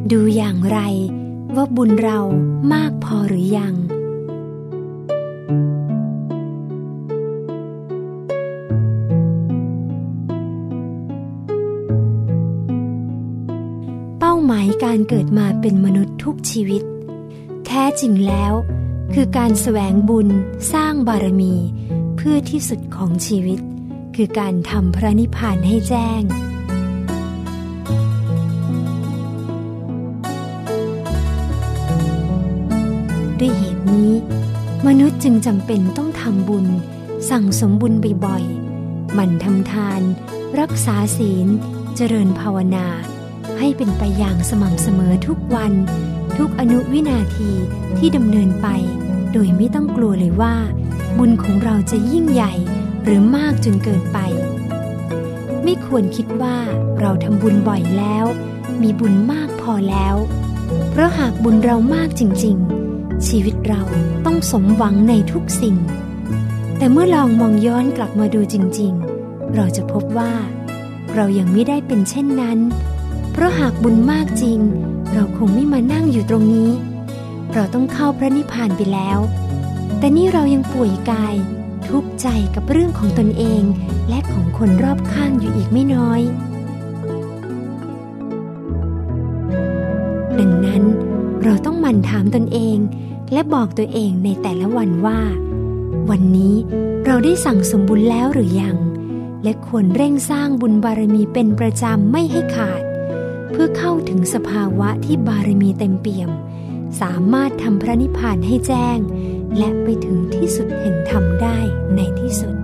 ดูอย่างไรว่าบุญเรามากพอหรือยังเป้าหมายการเกิดมาเป็นมนุษย์ทุกชีวิตแท้จริงแล้วคือการแสวงบุญสร้างบารมีเพื่อที่สุดของชีวิตคือการทำพระนิพพานให้แจ้งด้วยเหตุนี้มนุษย์จึงจำเป็นต้องทำบุญสั่งสมบุญบ่อยๆหมั่นทำทานรักษาศีลเจริญภาวนาให้เป็นไปอย่างสม่ำเสมอทุกวันทุกอนุวินาทีที่ดำเนินไปโดยไม่ต้องกลัวเลยว่าบุญของเราจะยิ่งใหญ่หรือมากจนเกินไปไม่ควรคิดว่าเราทำบุญบ่อยแล้วมีบุญมากพอแล้วเพราะหากบุญเรามากจริงๆชีวิตเราต้องสมหวังในทุกสิ่งแต่เมื่อลองมองย้อนกลับมาดูจริงๆเราจะพบว่าเรายังไม่ได้เป็นเช่นนั้นเพราะหากบุญมากจริงเราคงไม่มานั่งอยู่ตรงนี้เราต้องเข้าพระนิพพานไปแล้วแต่นี่เรายังป่วยกายทุกข์ใจกับเรื่องของตนเองและของคนรอบข้างอยู่อีกไม่น้อยดังนั้นเราต้องหมั่นถามตนเองและบอกตัวเองในแต่ละวันว่าวันนี้เราได้สั่งสมบุญแล้วหรือยังและควรเร่งสร้างบุญบารมีเป็นประจำไม่ให้ขาดเพื่อเข้าถึงสภาวะที่บารมีเต็มเปี่ยมสามารถทำพระนิพพานให้แจ้งและไปถึงที่สุดแห่งธรรมได้ในที่สุด